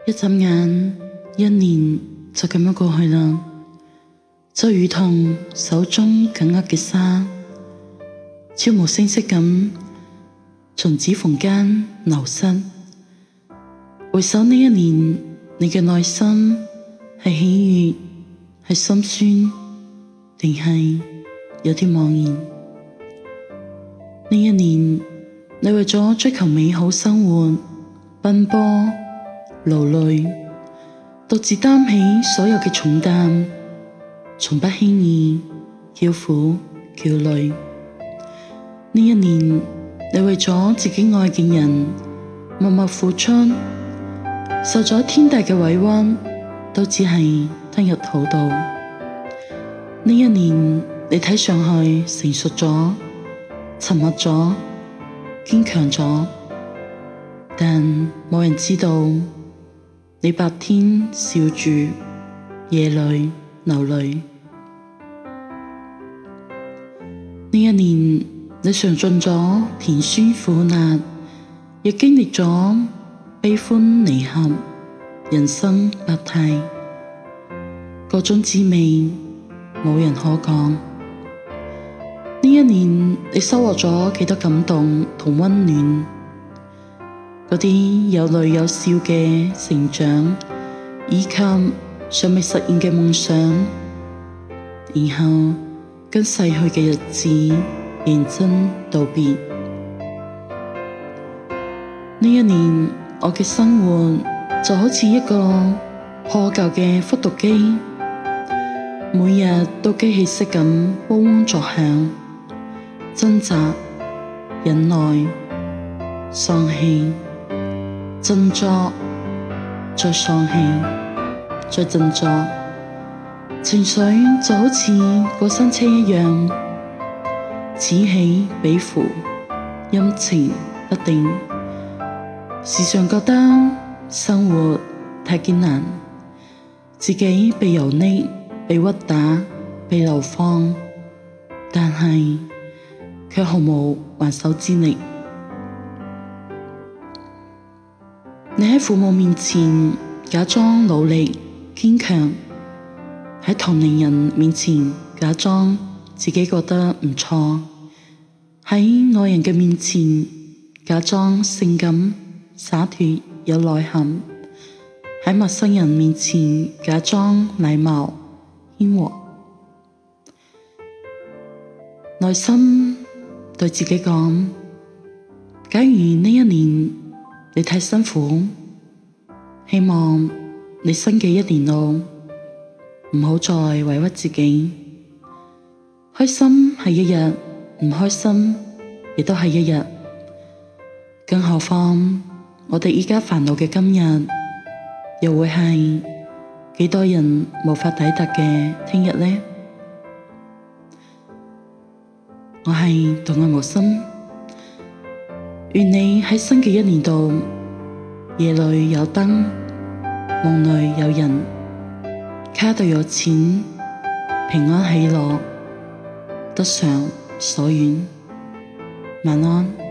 一眨眼，一年就咁樣過去啦，就如同手中緊握嘅沙，悄無聲息咁從指縫間流失。回首呢一年，你嘅內心係喜悅，係心酸，定係有啲茫然？呢一年，你為咗追求美好生活，奔波勞累，獨自擔起所有嘅重擔，從不輕易叫苦叫累。呢一年，你為咗自己愛嘅人默默付出，受咗天大嘅委屈，都只係吞入肚度。呢一年，你睇上去成熟咗，沉默咗，堅強咗，但冇人知道你白天笑住，夜裏流淚。呢一年，你嘗盡咗甜酸苦辣，亦經歷咗悲歡離合，人生百態，各種滋味冇人可講。呢一年，你收穫咗幾多感動同溫暖，嗰啲有淚有笑嘅成長，以及尚未實現嘅夢想，然後跟逝去嘅日子認真道別。呢一年，我嘅生活就好似一個破舊嘅複讀機，每日都機器式咁嗡嗡作響，掙扎、忍耐、喪氣、振作，再喪氣，再振作，情緒就好似過山車一樣，此起彼伏，陰晴不定，時常覺得生活太艱難，自己被油膩，被屈打，被流放，但係卻毫無還手之力。你喺父母面前假裝努力堅強，喺同齡人面前假裝自己覺得唔錯，喺愛人嘅面前假裝性感灑脫有內涵，喺陌生人面前假裝禮貌謙和，內心對自己講：假如呢一年你太辛苦，希望你新嘅一年路唔好再委屈自己。開心係一日，唔開心亦都係一日，更何況我哋而家煩惱嘅今日，又會係幾多人無法抵達嘅聽日呢？我係獨愛無心，願你喺新嘅一年度，夜裏有燈，夢裏有人，卡度有錢，平安喜樂，得償所願。晚安。